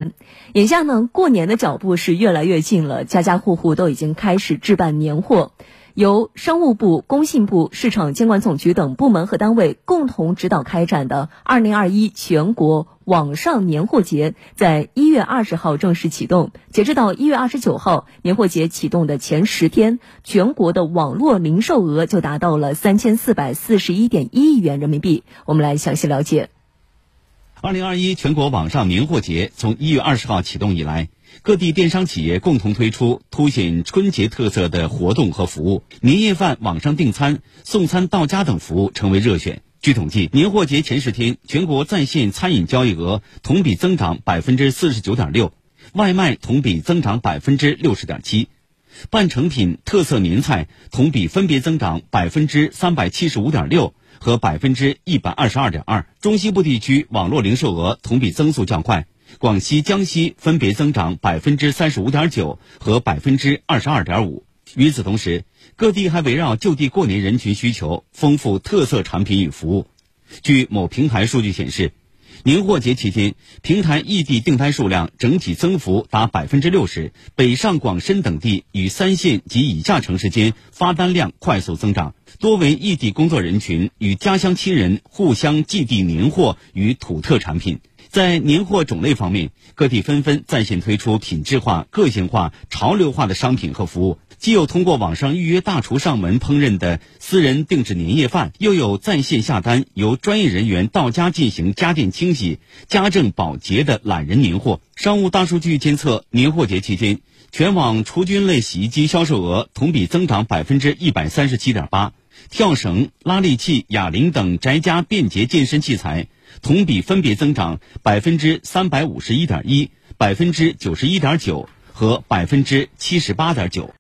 眼下呢，过年的脚步是越来越近了，家家户户都已经开始置办年货。由商务部、工信部、市场监管总局等部门和单位共同指导开展的2021全国网上年货节，在1月20号正式启动。截至到1月29号，年货节启动的前10天，全国的网络零售额就达到了3441.1亿元人民币。我们来详细了解。 2021全国网上年货节从1月20号启动以来，各地电商企业共同推出凸显春节特色的活动和服务，年夜饭网上订餐、送餐到家等服务成为热选。据统计，年货节前10天，全国在线餐饮交易额同比增长 49.6%， 外卖同比增长 60.7%， 半成品特色年菜同比分别增长 375.6%和 122.2%。 中西部地区网络零售额同比增速较快，广西、江西分别增长 35.9% 和 22.5%。 与此同时，各地还围绕就地过年人群需求，丰富特色产品与服务。据某平台数据显示，年货节期间，平台异地订单数量整体增幅达 60%， 北上广深等地与3线及以下城市间发单量快速增长，多为异地工作人群与家乡亲人互相寄递年货与土特产品。在年货种类方面，各地纷纷在线推出品质化、个性化、潮流化的商品和服务，既有通过网上预约大厨上门烹饪的私人定制年夜饭，又有在线下单由专业人员到家进行家电清洗、家政保洁的懒人年货。商务大数据监测，年货节期间，全网除菌类洗衣机销售额同比增长 137.8%， 跳绳、拉力器、哑铃等宅家便捷健身器材同比分别增长 351.1%、91.9% 和 78.9%。